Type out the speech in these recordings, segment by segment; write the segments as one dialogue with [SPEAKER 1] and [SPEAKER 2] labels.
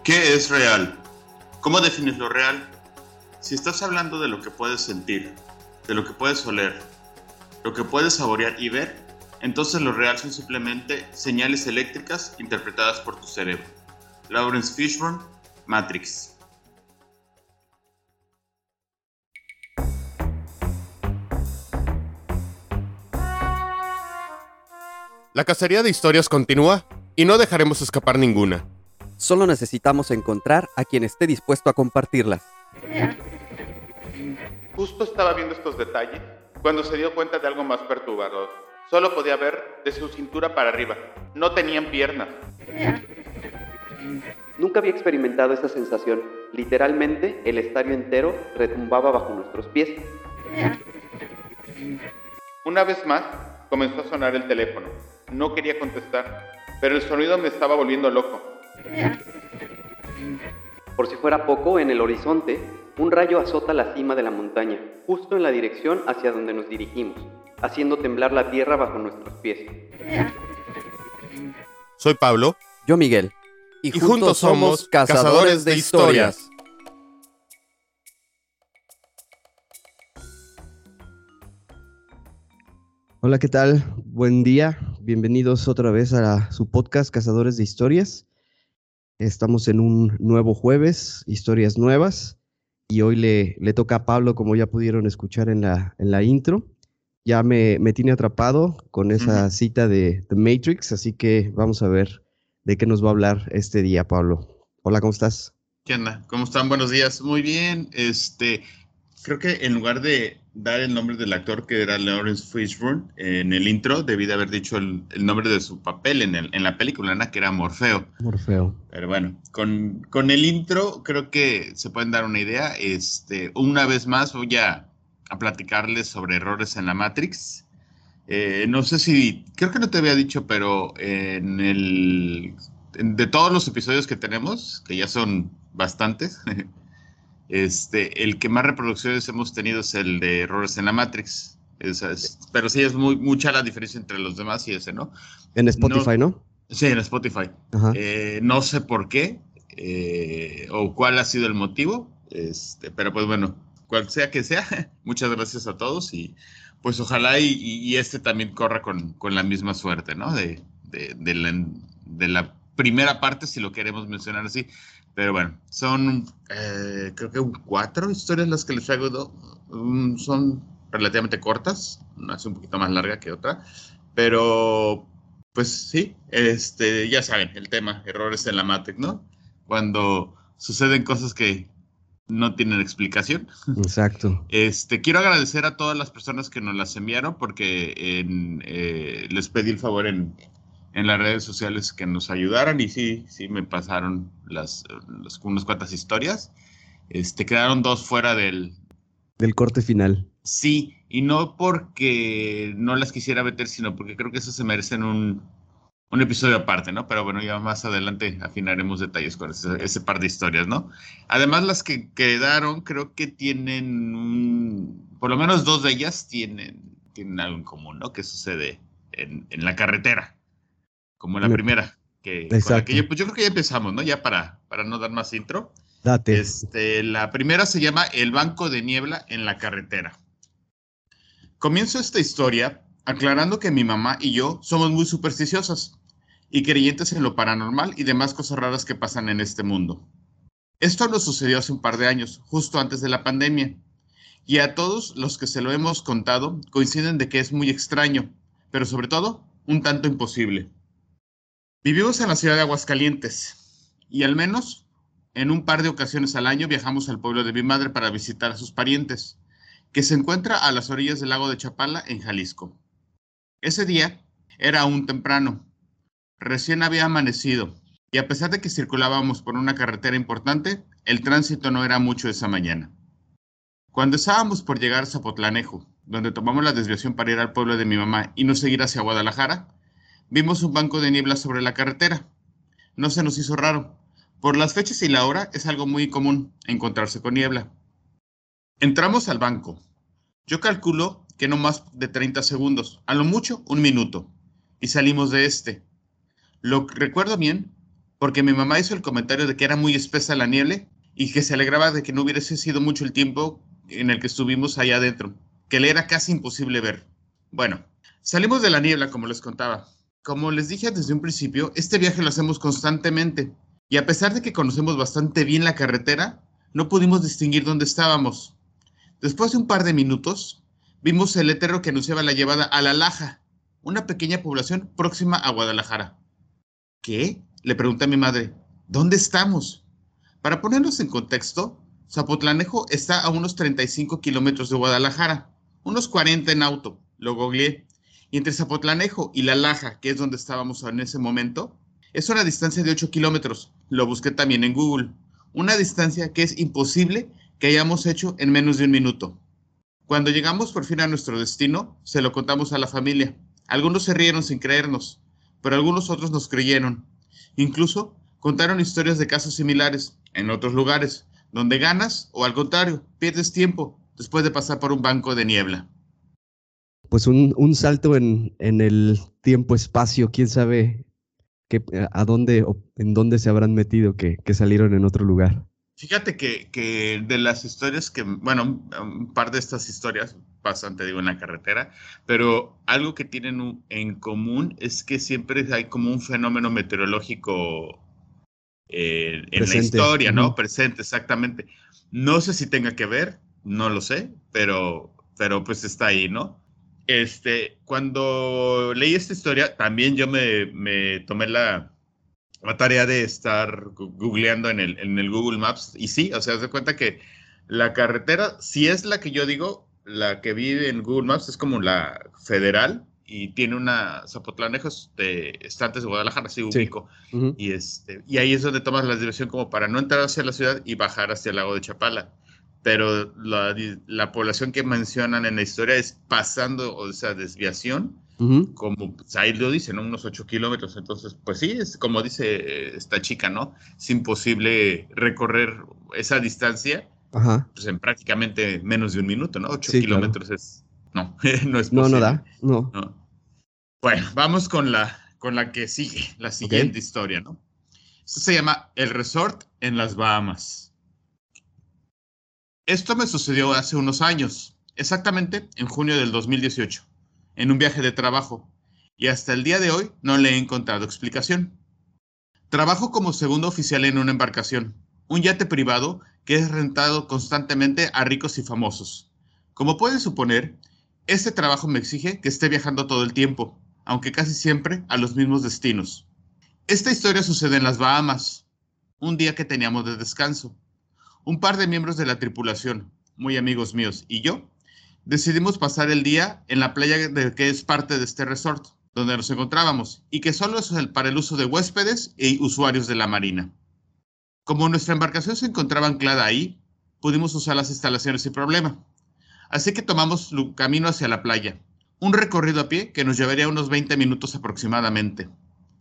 [SPEAKER 1] ¿Qué es real? ¿Cómo defines lo real? Si estás hablando de lo que puedes sentir, de lo que puedes oler, lo que puedes saborear y ver, entonces lo real son simplemente señales eléctricas interpretadas por tu cerebro. Laurence Fishburne, Matrix.
[SPEAKER 2] La cacería de historias continúa y no dejaremos escapar ninguna.
[SPEAKER 3] Solo necesitamos encontrar a quien esté dispuesto a compartirlas.
[SPEAKER 4] Justo estaba viendo estos detalles cuando se dio cuenta de algo más perturbador. Solo podía ver de su cintura para arriba. No tenían piernas.
[SPEAKER 5] Nunca había experimentado esa sensación. Literalmente, el estadio entero retumbaba bajo nuestros pies.
[SPEAKER 4] Una vez más, comenzó a sonar el teléfono. No quería contestar, pero el sonido me estaba volviendo loco.
[SPEAKER 5] Por si fuera poco, en el horizonte, un rayo azota la cima de la montaña, justo en la dirección hacia donde nos dirigimos, haciendo temblar la tierra bajo nuestros pies.
[SPEAKER 2] Soy Pablo.
[SPEAKER 3] Yo, Miguel.
[SPEAKER 2] Y juntos somos Cazadores de Historias.
[SPEAKER 6] Hola, ¿qué tal? Buen día. Bienvenidos otra vez a su podcast Cazadores de Historias. Estamos en un nuevo jueves, historias nuevas. Y hoy le toca a Pablo, como ya pudieron escuchar en la intro. Ya me tiene atrapado con esa cita de The Matrix, así que vamos a ver de qué nos va a hablar este día, Pablo. Hola, ¿cómo estás?
[SPEAKER 1] ¿Qué onda? ¿Cómo están? Buenos días. Muy bien. Creo que en lugar de dar el nombre del actor, que era Laurence Fishburne, en el intro debí de haber dicho el nombre de su papel en la película, ¿no? Que era Morfeo.
[SPEAKER 6] Morfeo.
[SPEAKER 1] Pero bueno, con el intro creo que se pueden dar una idea. Una vez más voy a platicarles sobre errores en la Matrix. No sé si, creo que no te había dicho, pero de todos los episodios que tenemos, que ya son bastantes, el que más reproducciones hemos tenido es el de errores en la Matrix. Pero sí es mucha la diferencia entre los demás y ese, ¿no?
[SPEAKER 6] En Spotify, ¿no?
[SPEAKER 1] Sí, en Spotify.
[SPEAKER 6] Ajá.
[SPEAKER 1] No sé por qué o cuál ha sido el motivo, pero pues bueno, cual sea que sea, muchas gracias a todos y pues ojalá y también corra con la misma suerte, ¿no? De la primera parte, si lo queremos mencionar así. Pero bueno, son creo que 4 historias las que les traigo. Son relativamente cortas, una es un poquito más larga que otra, pero pues sí, ya saben, el tema, errores en la Matrix, ¿no? Cuando suceden cosas que no tienen explicación.
[SPEAKER 6] Exacto.
[SPEAKER 1] Quiero agradecer a todas las personas que nos las enviaron porque les pedí el favor en las redes sociales que nos ayudaran y sí me pasaron unas cuantas historias. Quedaron 2 fuera del
[SPEAKER 6] corte final.
[SPEAKER 1] Sí, y no porque no las quisiera meter, sino porque creo que eso se merecen un episodio aparte, ¿no? Pero bueno, ya más adelante afinaremos detalles con ese par de historias, ¿no? Además, las que quedaron, creo que tienen por lo menos 2 de ellas tienen algo en común, ¿no? Que sucede en la carretera, como la primera, con la que yo creo que ya empezamos, ¿no? Ya para no dar más intro.
[SPEAKER 6] Date.
[SPEAKER 1] La primera se llama El banco de niebla en la carretera. Comienzo esta historia aclarando que mi mamá y yo somos muy supersticiosos y creyentes en lo paranormal y demás cosas raras que pasan en este mundo. Esto nos sucedió hace un par de años, justo antes de la pandemia, y a todos los que se lo hemos contado coinciden de que es muy extraño, pero sobre todo, un tanto imposible. Vivimos en la ciudad de Aguascalientes, y al menos en un par de ocasiones al año viajamos al pueblo de mi madre para visitar a sus parientes, que se encuentra a las orillas del lago de Chapala, en Jalisco. Ese día era aún temprano, recién había amanecido, y a pesar de que circulábamos por una carretera importante, el tránsito no era mucho esa mañana. Cuando estábamos por llegar a Zapotlanejo, donde tomamos la desviación para ir al pueblo de mi mamá y no seguir hacia Guadalajara, vimos un banco de niebla sobre la carretera. No se nos hizo raro. Por las fechas y la hora es algo muy común encontrarse con niebla. Entramos al banco. Yo calculo que no más de 30 segundos, a lo mucho 1 minuto, y salimos de Lo recuerdo bien porque mi mamá hizo el comentario de que era muy espesa la nieve y que se alegraba de que no hubiese sido mucho el tiempo en el que estuvimos allá adentro, que le era casi imposible ver. Bueno, salimos de la niebla, como les contaba. Como les dije desde un principio, este viaje lo hacemos constantemente, y a pesar de que conocemos bastante bien la carretera, no pudimos distinguir dónde estábamos. Después de un par de minutos, vimos el letrero que anunciaba la llevada a La Laja, una pequeña población próxima a Guadalajara. ¿Qué? Le pregunté a mi madre. ¿Dónde estamos? Para ponernos en contexto, Zapotlanejo está a unos 35 kilómetros de Guadalajara, unos 40 en auto. Lo googleé. Y entre Zapotlanejo y La Laja, que es donde estábamos en ese momento, es una distancia de 8 kilómetros. Lo busqué también en Google. Una distancia que es imposible que hayamos hecho en menos de un minuto. Cuando llegamos por fin a nuestro destino, se lo contamos a la familia. Algunos se rieron sin creernos, pero algunos otros nos creyeron. Incluso contaron historias de casos similares en otros lugares, donde ganas o al contrario, pierdes tiempo después de pasar por un banco de niebla.
[SPEAKER 6] Pues un salto en el tiempo-espacio, quién sabe a dónde o en dónde se habrán metido que salieron en otro lugar.
[SPEAKER 1] Fíjate que de las historias bueno, un par de estas historias pasan, te digo, en la carretera, pero algo que tienen en común es que siempre hay como un fenómeno meteorológico en la historia, ¿no? Presente, exactamente. No sé si tenga que ver, no lo sé, pero pues está ahí, ¿no? Cuando leí esta historia, también yo me tomé la tarea de estar googleando en el Google Maps, y sí, o sea, haz de cuenta que la carretera, si es la que yo digo, la que vi en Google Maps es como la federal, y tiene una Zapotlanejo está antes de Guadalajara, sí ubico,
[SPEAKER 6] Uh-huh.
[SPEAKER 1] y ahí es donde tomas la dirección como para no entrar hacia la ciudad y bajar hacia el lago de Chapala. Pero la población que mencionan en la historia es pasando, o sea, desviación,
[SPEAKER 6] Uh-huh.
[SPEAKER 1] como pues, ahí lo dicen, ¿no? Unos 8 kilómetros. Entonces, pues sí, es como dice esta chica, ¿no? Es imposible recorrer esa distancia,
[SPEAKER 6] Ajá.
[SPEAKER 1] pues en prácticamente menos de un minuto, ¿no? 8
[SPEAKER 6] Sí,
[SPEAKER 1] kilómetros claro. No, no es posible.
[SPEAKER 6] No da, no.
[SPEAKER 1] Bueno, vamos con la que sigue, la siguiente historia, ¿no? Esto se llama El Resort en las Bahamas. Esto me sucedió hace unos años, exactamente en junio del 2018, en un viaje de trabajo, y hasta el día de hoy no le he encontrado explicación. Trabajo como segundo oficial en una embarcación, un yate privado que es rentado constantemente a ricos y famosos. Como pueden suponer, este trabajo me exige que esté viajando todo el tiempo, aunque casi siempre a los mismos destinos. Esta historia sucede en las Bahamas, un día que teníamos de descanso. Un par de miembros de la tripulación, muy amigos míos, y yo, decidimos pasar el día en la playa que es parte de este resort, donde nos encontrábamos, y que solo es para el uso de huéspedes y usuarios de la marina. Como nuestra embarcación se encontraba anclada ahí, pudimos usar las instalaciones sin problema. Así que tomamos camino hacia la playa, un recorrido a pie que nos llevaría unos 20 minutos aproximadamente.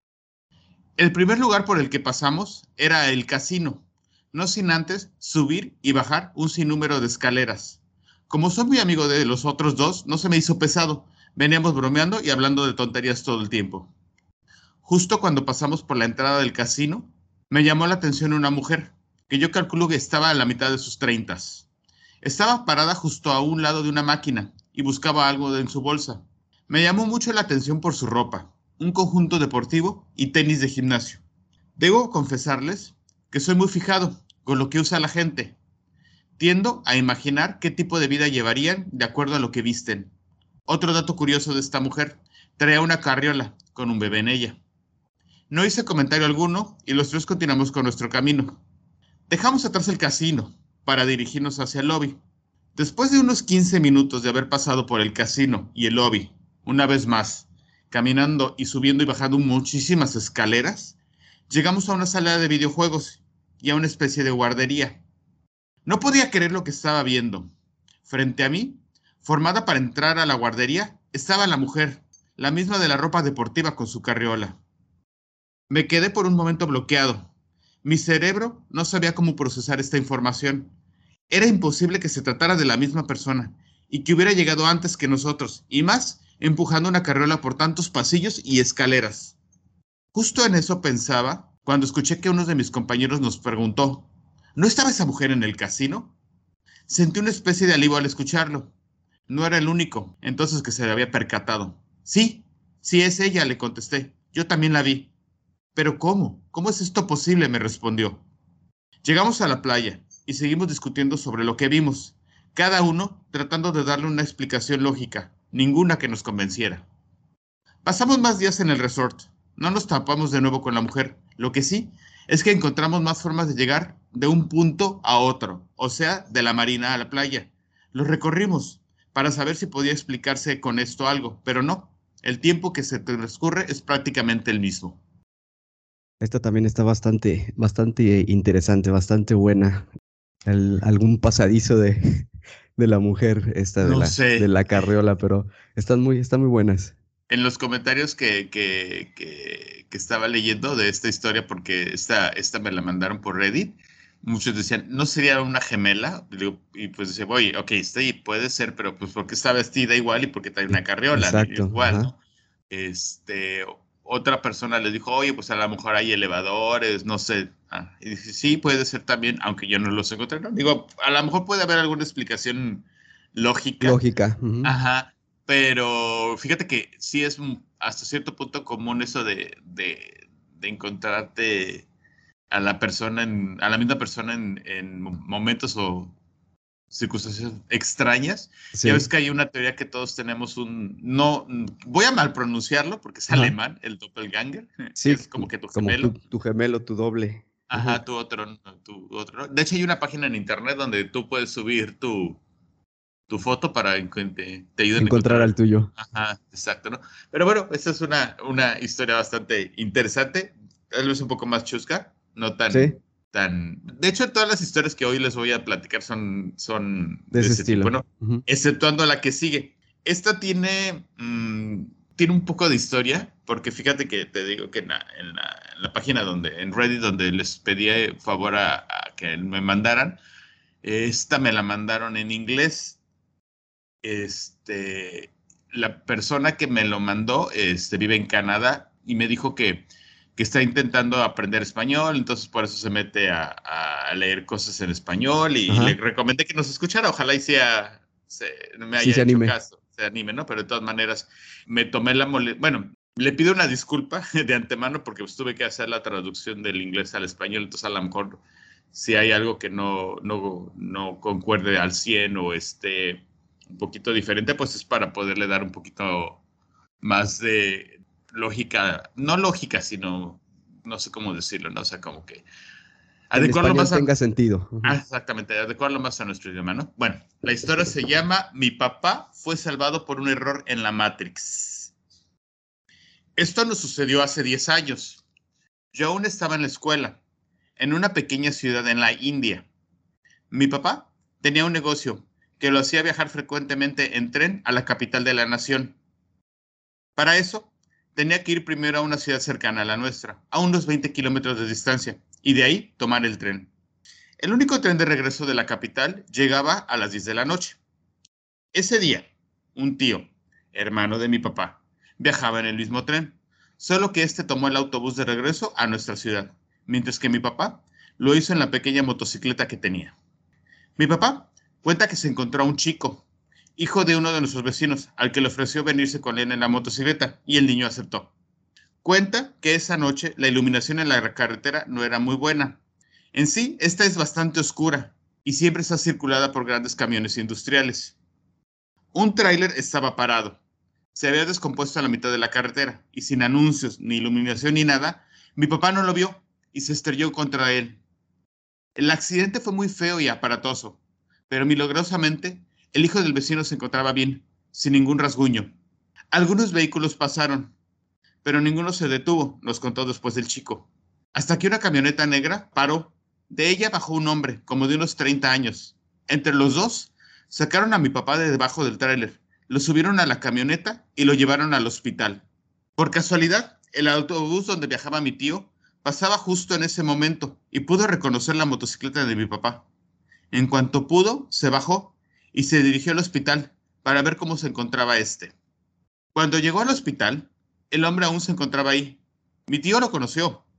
[SPEAKER 1] El primer lugar por el que pasamos era el casino, no sin antes subir y bajar un sinnúmero de escaleras. Como soy muy amigo de los otros dos, no se me hizo pesado. Veníamos bromeando y hablando de tonterías todo el tiempo. Justo cuando pasamos por la entrada del casino, me llamó la atención una mujer, que yo calculo que estaba a la mitad de sus 30. Estaba parada justo a un lado de una máquina y buscaba algo en su bolsa. Me llamó mucho la atención por su ropa, un conjunto deportivo y tenis de gimnasio. Debo confesarles que soy muy fijado con lo que usa la gente. Tiendo a imaginar qué tipo de vida llevarían de acuerdo a lo que visten. Otro dato curioso de esta mujer, traía una carriola con un bebé en ella. No hice comentario alguno y los tres continuamos con nuestro camino. Dejamos atrás el casino para dirigirnos hacia el lobby. Después de unos 15 minutos de haber pasado por el casino y el lobby, una vez más, caminando y subiendo y bajando muchísimas escaleras, llegamos a una sala de videojuegos y a una especie de guardería. No podía creer lo que estaba viendo. Frente a mí, formada para entrar a la guardería, estaba la mujer, la misma de la ropa deportiva con su carriola. Me quedé por un momento bloqueado. Mi cerebro no sabía cómo procesar esta información. Era imposible que se tratara de la misma persona y que hubiera llegado antes que nosotros, y más empujando una carriola por tantos pasillos y escaleras. Justo en eso pensaba cuando escuché que uno de mis compañeros nos preguntó, ¿no estaba esa mujer en el casino? Sentí una especie de alivio al escucharlo. No era el único, entonces, que se le había percatado. Sí, sí es ella, le contesté. Yo también la vi. ¿Pero cómo? ¿Cómo es esto posible?, me respondió. Llegamos a la playa y seguimos discutiendo sobre lo que vimos, cada uno tratando de darle una explicación lógica, ninguna que nos convenciera. Pasamos más días en el resort. No nos tapamos de nuevo con la mujer. Lo que sí es que encontramos más formas de llegar de un punto a otro, o sea, de la marina a la playa. Lo recorrimos para saber si podía explicarse con esto algo, pero no. El tiempo que se transcurre es prácticamente el mismo.
[SPEAKER 6] Esta también está bastante interesante, bastante buena. Algún pasadizo de la mujer, esta
[SPEAKER 1] No sé.
[SPEAKER 6] de la carriola, pero están muy buenas.
[SPEAKER 1] En los comentarios que estaba leyendo de esta historia, porque esta me la mandaron por Reddit, muchos decían, ¿no sería una gemela? Y pues decía, oye, ok, sí, puede ser, pero pues porque está vestida igual y porque trae una carriola,
[SPEAKER 6] Exacto,
[SPEAKER 1] igual,
[SPEAKER 6] ajá.
[SPEAKER 1] ¿no? Otra persona le dijo, oye, pues a lo mejor hay elevadores, no sé. Y dije, sí, puede ser también, aunque yo no los encontré, ¿no? Digo, a lo mejor puede haber alguna explicación lógica.
[SPEAKER 6] Lógica. Ujú.
[SPEAKER 1] Ajá, pero fíjate que sí es hasta cierto punto común eso de encontrarte a la persona, a la misma persona en momentos o circunstancias extrañas.
[SPEAKER 6] Sí.
[SPEAKER 1] Ya ves que hay una teoría que todos tenemos no, voy a mal pronunciarlo porque es
[SPEAKER 6] Ajá.
[SPEAKER 1] alemán, el doppelganger,
[SPEAKER 6] Sí,
[SPEAKER 1] que es como que tu
[SPEAKER 6] como
[SPEAKER 1] gemelo.
[SPEAKER 6] tu gemelo, tu doble.
[SPEAKER 1] Ajá,
[SPEAKER 6] Ajá.
[SPEAKER 1] tu otro. De hecho, hay una página en internet donde tú puedes subir tu foto para que te ayuden a
[SPEAKER 6] Encontrar al tuyo.
[SPEAKER 1] Ajá, exacto, ¿no? Pero bueno, esta es una historia bastante interesante, tal vez un poco más chusca, no tan,
[SPEAKER 6] Sí.
[SPEAKER 1] De hecho, todas las historias que hoy les voy a platicar son
[SPEAKER 6] De ese
[SPEAKER 1] ese
[SPEAKER 6] estilo.
[SPEAKER 1] tipo, ¿no?
[SPEAKER 6] Ujú.
[SPEAKER 1] Exceptuando la que sigue. Esta tiene un poco de historia, porque fíjate que te digo que en la página en Reddit, donde les pedí favor a que me mandaran, esta me la mandaron en inglés. La persona que me lo mandó vive en Canadá y me dijo que está intentando aprender español, entonces por eso se mete a leer cosas en español y
[SPEAKER 6] Ajá.
[SPEAKER 1] le recomendé que nos escuchara, ojalá y me
[SPEAKER 6] Sí,
[SPEAKER 1] haya
[SPEAKER 6] se
[SPEAKER 1] hecho
[SPEAKER 6] anime.
[SPEAKER 1] caso, se anime, ¿no? Pero de todas maneras me tomé bueno, le pido una disculpa de antemano porque pues, tuve que hacer la traducción del inglés al español, entonces a lo mejor si hay algo que no concuerde al 100 o un poquito diferente, pues es para poderle dar un poquito más de lógica, no lógica, sino, no sé cómo decirlo, ¿no? O sea, como que
[SPEAKER 6] En
[SPEAKER 1] adecuarlo
[SPEAKER 6] español
[SPEAKER 1] más
[SPEAKER 6] tenga sentido. Ujú.
[SPEAKER 1] exactamente, adecuarlo más a nuestro idioma, ¿no? Bueno, la historia se llama Mi papá fue salvado por un error en la Matrix. Esto nos sucedió hace 10 años. Yo aún estaba en la escuela, en una pequeña ciudad en la India. Mi papá tenía un negocio que lo hacía viajar frecuentemente en tren a la capital de la nación. Para eso, tenía que ir primero a una ciudad cercana a la nuestra, a unos 20 kilómetros de distancia, y de ahí tomar el tren. El único tren de regreso de la capital llegaba a las 10 de la noche. Ese día, un tío, hermano de mi papá, viajaba en el mismo tren, solo que tomó el autobús de regreso a nuestra ciudad, mientras que mi papá lo hizo en la pequeña motocicleta que tenía. Mi papá cuenta que se encontró a un chico, hijo de uno de nuestros vecinos, al que le ofreció venirse con él en la motocicleta, y el niño aceptó. Cuenta que esa noche la iluminación en la carretera no era muy buena. En sí, esta es bastante oscura, y siempre está circulada por grandes camiones industriales. Un tráiler estaba parado. Se había descompuesto a la mitad de la carretera, y sin anuncios, ni iluminación, ni nada, mi papá no lo vio, y se estrelló contra él. El accidente fue muy feo y aparatoso, pero milagrosamente el hijo del vecino se encontraba bien, sin ningún rasguño. Algunos vehículos pasaron, pero ninguno se detuvo, nos contó después el chico. Hasta que una camioneta negra paró. De ella bajó un hombre, como de unos 30 años. Entre los dos, sacaron a mi papá de debajo del tráiler, lo subieron a la camioneta y lo llevaron al hospital. Por casualidad, el autobús donde viajaba mi tío pasaba justo en ese momento y pudo reconocer la motocicleta de mi papá. En cuanto pudo, se bajó y se dirigió al hospital para ver cómo se encontraba Cuando llegó al hospital, el hombre aún se encontraba ahí. Mi tío lo conoció,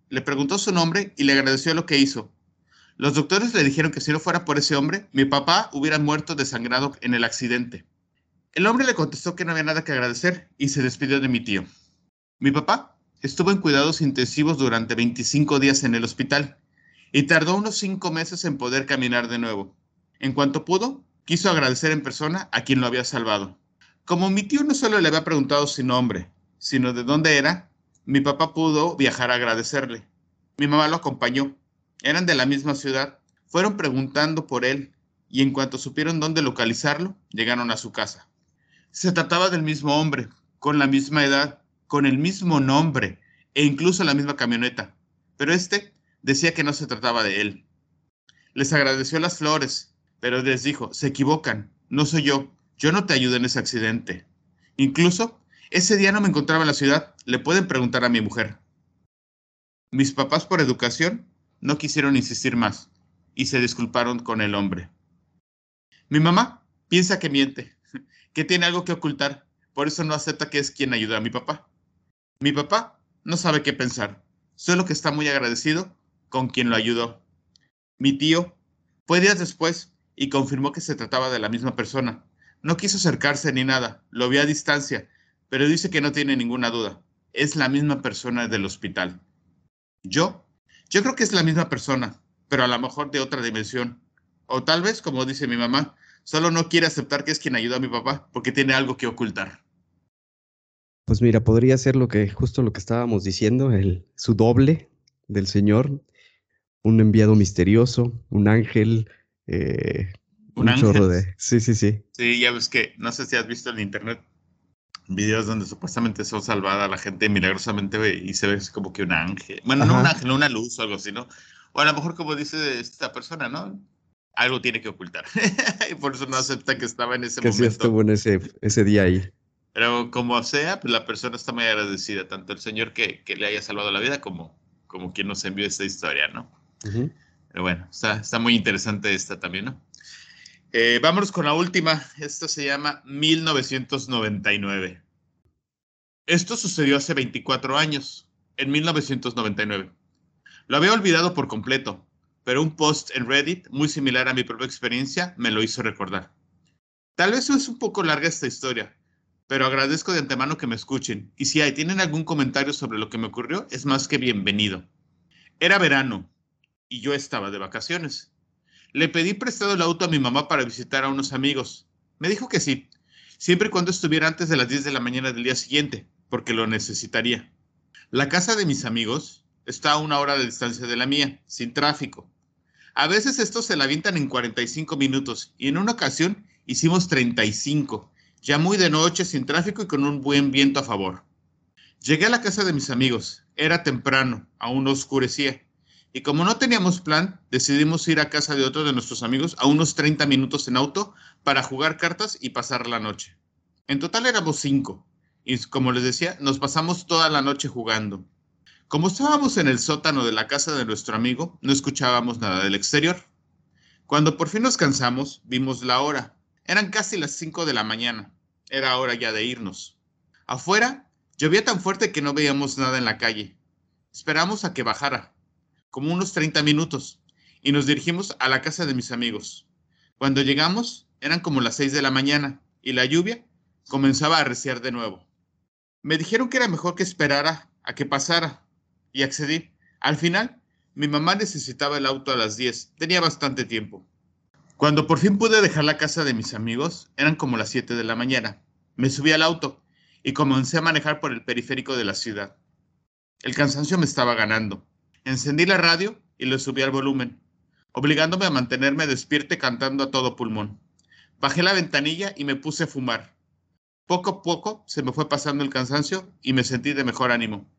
[SPEAKER 1] le preguntó su nombre y le agradeció lo que hizo. Los doctores le dijeron que si no fuera por ese hombre, mi papá hubiera muerto desangrado en el accidente. El hombre le contestó que no había nada que agradecer y se despidió de mi tío. Mi papá estuvo en cuidados intensivos durante 25 días en el hospital y tardó unos 5 meses en poder caminar de nuevo. En cuanto pudo, quiso agradecer en persona a quien lo había salvado. Como mi tío no solo le había preguntado su nombre, sino de dónde era, mi papá pudo viajar a agradecerle. Mi mamá lo acompañó. Eran de la misma ciudad. Fueron preguntando por él y en cuanto supieron dónde localizarlo, llegaron a su casa. Se trataba del mismo hombre, con la misma edad, con el mismo nombre e incluso la misma camioneta. Pero decía que no se trataba de él. Les agradeció las flores, pero les dijo, se equivocan, no soy yo no te ayudé en ese accidente. Incluso, ese día no me encontraba en la ciudad, le pueden preguntar a mi mujer. Mis papás por educación no quisieron insistir más y se disculparon con el hombre. Mi mamá piensa que miente, que tiene algo que ocultar, por eso no acepta que es quien ayudó a mi papá. Mi papá no sabe qué pensar, solo que está muy agradecido con quien lo ayudó. Mi tío fue días después y confirmó que se trataba de la misma persona. No quiso acercarse ni nada, lo vio a distancia, pero dice que no tiene ninguna duda. Es la misma persona del hospital. Yo creo que es la misma persona, pero a lo mejor de otra dimensión. O tal vez, como dice mi mamá, solo no quiere aceptar que es quien ayudó a mi papá porque tiene algo que ocultar.
[SPEAKER 6] Pues mira, podría ser justo lo que estábamos diciendo, su doble del Señor, un enviado misterioso, un ángel,
[SPEAKER 1] ¿Un ángel?
[SPEAKER 6] chorro de... Sí.
[SPEAKER 1] Sí, ya ves que, no sé si has visto en internet videos donde supuestamente son salvada la gente milagrosamente y se ve como que un ángel. Bueno,
[SPEAKER 6] Ajá.
[SPEAKER 1] No un ángel, una luz o algo así, ¿no? O a lo mejor como dice esta persona, ¿no? Algo tiene que ocultar. Y por eso no acepta que estaba en ese
[SPEAKER 6] Que sí
[SPEAKER 1] momento.
[SPEAKER 6] estuvo en ese día ahí.
[SPEAKER 1] Pero como sea, pues la persona está muy agradecida, tanto el Señor que le haya salvado la vida como quien nos envió esta historia, ¿no?
[SPEAKER 6] Uh-huh.
[SPEAKER 1] Pero bueno, está muy interesante esta también, ¿no? Vámonos con la última. Esta se llama 1999. Esto sucedió hace 24 años, en 1999. Lo había olvidado por completo, pero un post en Reddit, muy similar a mi propia experiencia, me lo hizo recordar. Tal vez es un poco larga esta historia, pero agradezco de antemano que me escuchen, y si tienen algún comentario sobre lo que me ocurrió, es más que bienvenido. Era verano, y yo estaba de vacaciones. Le pedí prestado el auto a mi mamá para visitar a unos amigos. Me dijo que sí, siempre y cuando estuviera antes de las 10 de la mañana del día siguiente, porque lo necesitaría. La casa de mis amigos está a 1 hora de distancia de la mía, sin tráfico. A veces estos se la avientan en 45 minutos, y en una ocasión hicimos 35, ya muy de noche, sin tráfico y con un buen viento a favor. Llegué a la casa de mis amigos, era temprano, aún no oscurecía. Y como no teníamos plan, decidimos ir a casa de otro de nuestros amigos a unos 30 minutos en auto para jugar cartas y pasar la noche. En total éramos 5, y como les decía, nos pasamos toda la noche jugando. Como estábamos en el sótano de la casa de nuestro amigo, no escuchábamos nada del exterior. Cuando por fin nos cansamos, vimos la hora. Eran casi las 5 de la mañana. Era hora ya de irnos. Afuera, llovía tan fuerte que no veíamos nada en la calle. Esperamos a que bajara, como unos 30 minutos, y nos dirigimos a la casa de mis amigos. Cuando llegamos, eran como las 6 de la mañana, y la lluvia comenzaba a arreciar de nuevo. Me dijeron que era mejor que esperara a que pasara, y accedí. Al final, mi mamá necesitaba el auto a las 10, tenía bastante tiempo. Cuando por fin pude dejar la casa de mis amigos, eran como las 7 de la mañana. Me subí al auto, y comencé a manejar por el periférico de la ciudad. El cansancio me estaba ganando. Encendí la radio y le subí al volumen, obligándome a mantenerme despierto cantando a todo pulmón. Bajé la ventanilla y me puse a fumar. Poco a poco se me fue pasando el cansancio y me sentí de mejor ánimo.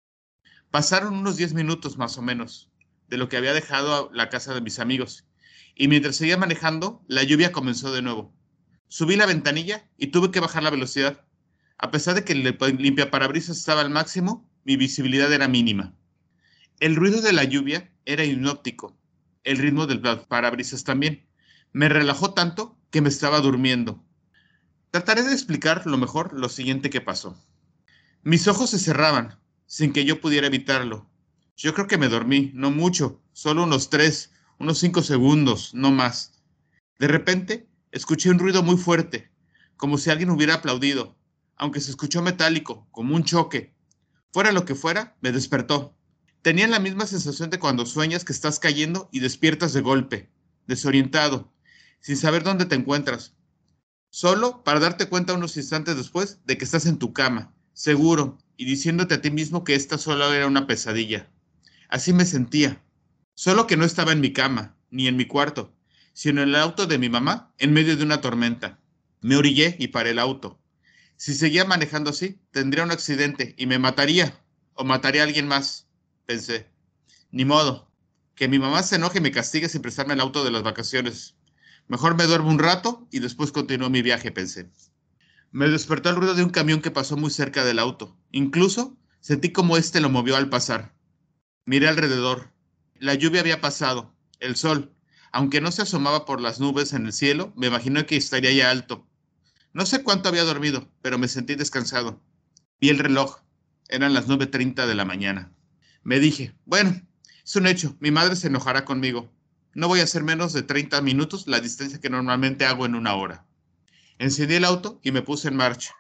[SPEAKER 1] Pasaron unos 10 minutos más o menos de lo que había dejado la casa de mis amigos, y mientras seguía manejando, la lluvia comenzó de nuevo. Subí la ventanilla y tuve que bajar la velocidad. A pesar de que el limpiaparabrisas estaba al máximo, mi visibilidad era mínima. El ruido de la lluvia era hipnótico, el ritmo del parabrisas también. Me relajó tanto que me estaba durmiendo. Trataré de explicar lo siguiente que pasó. Mis ojos se cerraban, sin que yo pudiera evitarlo. Yo creo que me dormí, no mucho, solo unos 5 segundos, no más. De repente, escuché un ruido muy fuerte, como si alguien hubiera aplaudido, aunque se escuchó metálico, como un choque. Fuera lo que fuera, me despertó. Tenía la misma sensación de cuando sueñas que estás cayendo y despiertas de golpe, desorientado, sin saber dónde te encuentras. Solo para darte cuenta unos instantes después de que estás en tu cama, seguro, y diciéndote a ti mismo que esta solo era una pesadilla. Así me sentía. Solo que no estaba en mi cama, ni en mi cuarto, sino en el auto de mi mamá en medio de una tormenta. Me orillé y paré el auto. Si seguía manejando así, tendría un accidente y me mataría, o mataría a alguien más, pensé. Ni modo, que mi mamá se enoje y me castigue sin prestarme el auto de las vacaciones. Mejor me duermo un rato y después continúo mi viaje, pensé. Me despertó el ruido de un camión que pasó muy cerca del auto. Incluso sentí como lo movió al pasar. Miré alrededor. La lluvia había pasado. El sol, aunque no se asomaba por las nubes en el cielo, me imaginé que estaría ya alto. No sé cuánto había dormido, pero me sentí descansado. Vi el reloj. Eran las 9:30 de la mañana. Me dije, bueno, es un hecho, mi madre se enojará conmigo. No voy a hacer menos de 30 minutos la distancia que normalmente hago en una hora. Encendí el auto y me puse en marcha.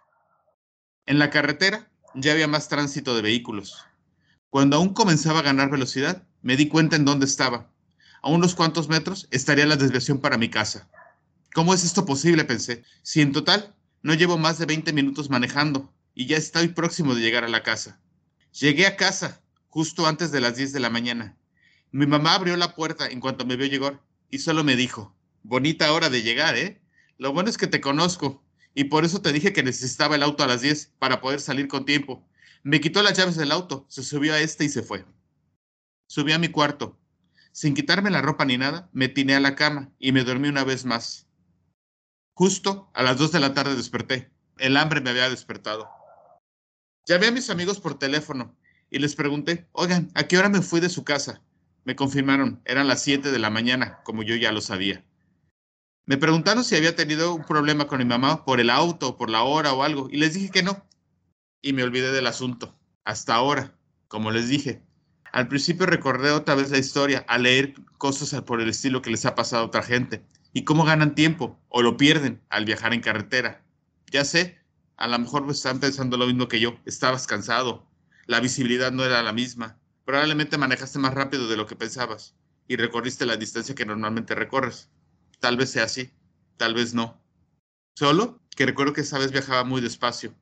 [SPEAKER 1] En la carretera ya había más tránsito de vehículos. Cuando aún comenzaba a ganar velocidad, me di cuenta en dónde estaba. A unos cuantos metros estaría la desviación para mi casa. ¿Cómo es esto posible?, pensé. Si en total no llevo más de 20 minutos manejando y ya estoy próximo de llegar a la casa. Llegué a casa justo antes de las 10 de la mañana. Mi mamá abrió la puerta en cuanto me vio llegar y solo me dijo, bonita hora de llegar, ¿eh? Lo bueno es que te conozco y por eso te dije que necesitaba el auto a las 10 para poder salir con tiempo. Me quitó las llaves del auto, se subió a y se fue. Subí a mi cuarto. Sin quitarme la ropa ni nada, me tiné a la cama y me dormí una vez más. Justo a las 2 de la tarde desperté. El hambre me había despertado. Llamé a mis amigos por teléfono y les pregunté, oigan, ¿a qué hora me fui de su casa? Me confirmaron, eran las 7 de la mañana, como yo ya lo sabía. Me preguntaron si había tenido un problema con mi mamá por el auto, por la hora o algo, y les dije que no. Y me olvidé del asunto. Hasta ahora, como les dije. Al principio recordé otra vez la historia, al leer cosas por el estilo que les ha pasado a otra gente, y cómo ganan tiempo, o lo pierden, al viajar en carretera. Ya sé, a lo mejor están pensando lo mismo que yo, estabas cansado, la visibilidad no era la misma, probablemente manejaste más rápido de lo que pensabas, y recorriste la distancia que normalmente recorres. Tal vez sea así, tal vez no. Solo que recuerdo que esa vez viajaba muy despacio.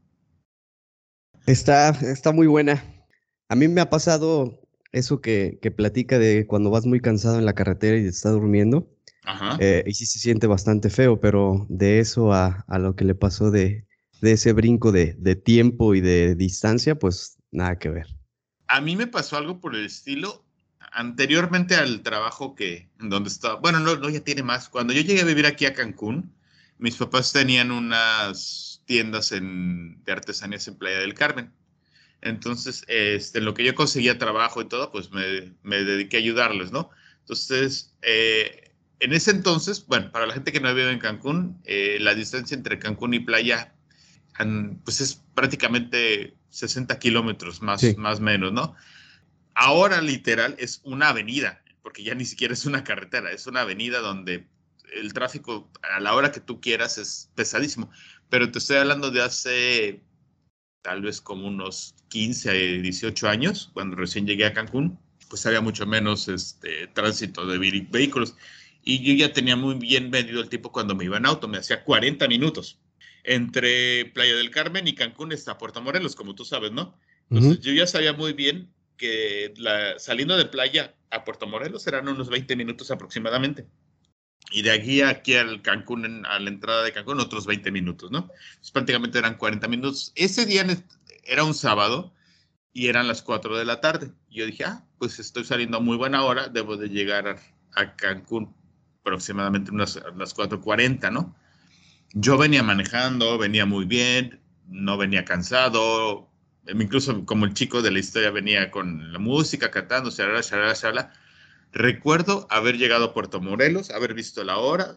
[SPEAKER 6] Está muy buena. A mí me ha pasado eso que platica de cuando vas muy cansado en la carretera y te estás durmiendo.
[SPEAKER 1] Ajá.
[SPEAKER 6] Y sí se siente bastante feo, pero de eso a lo que le pasó de ese brinco de tiempo y de distancia, pues nada que ver.
[SPEAKER 1] A mí me pasó algo por el estilo anteriormente al trabajo en donde estaba. Bueno, no, ya tiene más. Cuando yo llegué a vivir aquí a Cancún, mis papás tenían unas tiendas de artesanías en Playa del Carmen. Entonces, en lo que yo conseguía trabajo y todo, pues me dediqué a ayudarles, ¿no? Entonces, en ese entonces, bueno, para la gente que no vive en Cancún, la distancia entre Cancún y Playa, pues es prácticamente 60 kilómetros más o menos, ¿no? Ahora, literal, es una avenida, porque ya ni siquiera es una carretera, es una avenida donde el tráfico a la hora que tú quieras es pesadísimo. Pero te estoy hablando de hace tal vez como unos 15 a 18 años, cuando recién llegué a Cancún, pues había mucho menos tránsito de vehículos. Y yo ya tenía muy bien medido el tiempo cuando me iba en auto, me hacía 40 minutos. Entre Playa del Carmen y Cancún está Puerto Morelos, como tú sabes, ¿no? Entonces yo ya sabía muy bien que saliendo de Playa a Puerto Morelos eran unos 20 minutos aproximadamente. Y de aquí al Cancún, a la entrada de Cancún, otros 20 minutos, ¿no? Entonces, prácticamente eran 40 minutos. Ese día era un sábado y eran las 4 de la tarde. Y yo dije, pues estoy saliendo a muy buena hora, debo de llegar a Cancún aproximadamente las 4:40, ¿no? Yo venía manejando, venía muy bien, no venía cansado, incluso como el chico de la historia venía con la música, cantando, shalala, shalala, shalala. Recuerdo haber llegado a Puerto Morelos, haber visto la hora,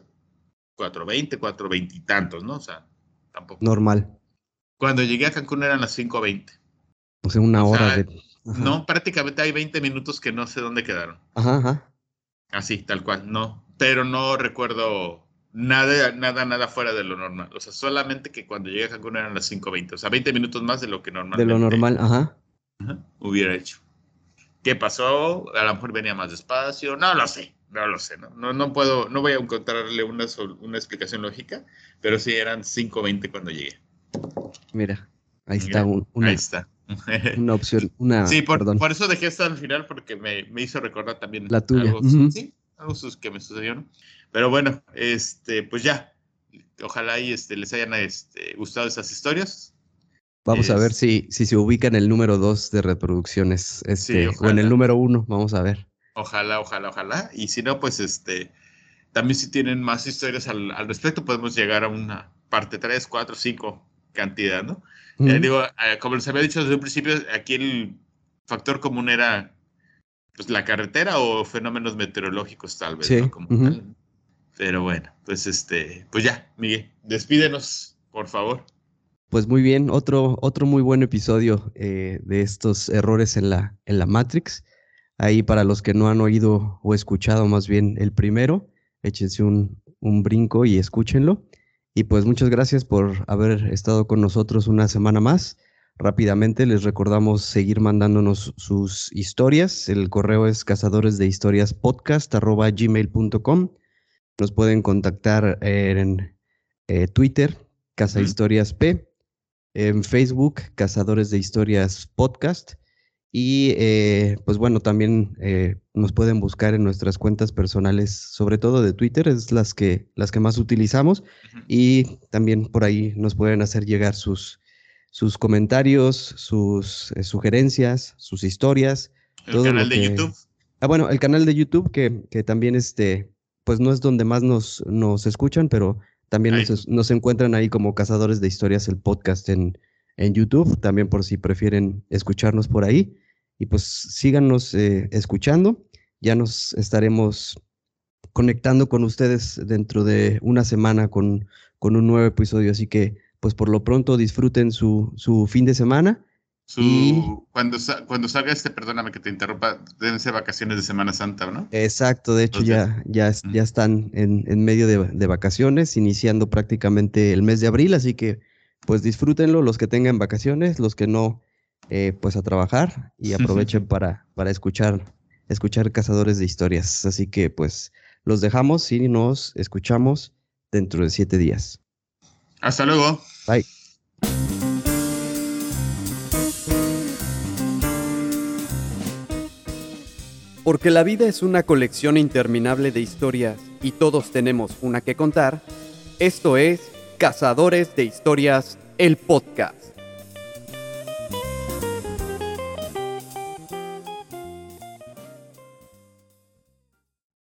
[SPEAKER 1] 4:20, 4:20 y tantos, ¿no? O sea, tampoco.
[SPEAKER 6] Normal.
[SPEAKER 1] Cuando llegué a Cancún eran las 5:20.
[SPEAKER 6] O sea, una hora
[SPEAKER 1] No, prácticamente hay 20 minutos que no sé dónde quedaron.
[SPEAKER 6] Ajá.
[SPEAKER 1] Así, tal cual, no. Pero no recuerdo nada fuera de lo normal. O sea, solamente que cuando llegué a Cancún eran las 5:20. O sea, 20 minutos más de lo que normalmente.
[SPEAKER 6] De lo normal, ajá.
[SPEAKER 1] Hubiera hecho. ¿Qué pasó? A lo mejor venía más despacio. No lo sé. No puedo, no voy a encontrarle una explicación lógica, pero sí eran 5:20 cuando llegué.
[SPEAKER 6] Mira, ahí está
[SPEAKER 1] ahí está.
[SPEAKER 6] Una opción,
[SPEAKER 1] sí,
[SPEAKER 6] perdón.
[SPEAKER 1] por eso dejé hasta el final, porque me hizo recordar también
[SPEAKER 6] la tuya.
[SPEAKER 1] Algo, sí, algo que me sucedió, ¿no? Pero bueno, pues ya, ojalá y les hayan gustado esas historias.
[SPEAKER 6] Vamos a ver si se ubica en el número 2 de reproducciones,
[SPEAKER 1] sí,
[SPEAKER 6] o en el número 1, vamos a ver.
[SPEAKER 1] Ojalá. Y si no, pues también si tienen más historias al respecto, podemos llegar a una parte 3, 4, 5 cantidad, ¿no? Digo, como les había dicho desde un principio, aquí el factor común era pues la carretera o fenómenos meteorológicos tal vez,
[SPEAKER 6] sí.
[SPEAKER 1] ¿no? Como tal. Pero bueno, pues pues ya, Miguel, despídenos, por favor.
[SPEAKER 6] Pues muy bien, otro muy buen episodio de estos errores en la Matrix. Ahí para los que no han oído o escuchado más bien el primero, échense un brinco y escúchenlo. Y pues muchas gracias por haber estado con nosotros una semana más. Rápidamente les recordamos seguir mandándonos sus historias. El correo es cazadores-de-historias-podcast@gmail.com. Nos pueden contactar en Twitter, Casa Historias P, en Facebook, Cazadores de Historias Podcast. Y pues bueno, también nos pueden buscar en nuestras cuentas personales, sobre todo de Twitter, es las que más utilizamos. Y también por ahí nos pueden hacer llegar sus comentarios, sus sugerencias, sus historias.
[SPEAKER 1] El canal de YouTube.
[SPEAKER 6] Bueno, el canal de YouTube que también pues no es donde más nos escuchan, pero también nos encuentran ahí como Cazadores de Historias, el podcast en YouTube, también por si prefieren escucharnos por ahí. Y pues síganos escuchando. Ya nos estaremos conectando con ustedes dentro de una semana con un nuevo episodio. Así que pues por lo pronto disfruten su fin de semana.
[SPEAKER 1] Cuando salga perdóname que te interrumpa, deben ser vacaciones de Semana Santa, ¿no?
[SPEAKER 6] Exacto, de hecho ya están en medio de vacaciones, iniciando prácticamente el mes de abril, así que pues disfrútenlo los que tengan vacaciones, los que no, pues a trabajar y aprovechen para escuchar Cazadores de Historias. Así que pues los dejamos y nos escuchamos dentro de 7 días.
[SPEAKER 1] Hasta luego.
[SPEAKER 6] Bye.
[SPEAKER 3] Porque la vida es una colección interminable de historias y todos tenemos una que contar, esto es Cazadores de Historias, el podcast.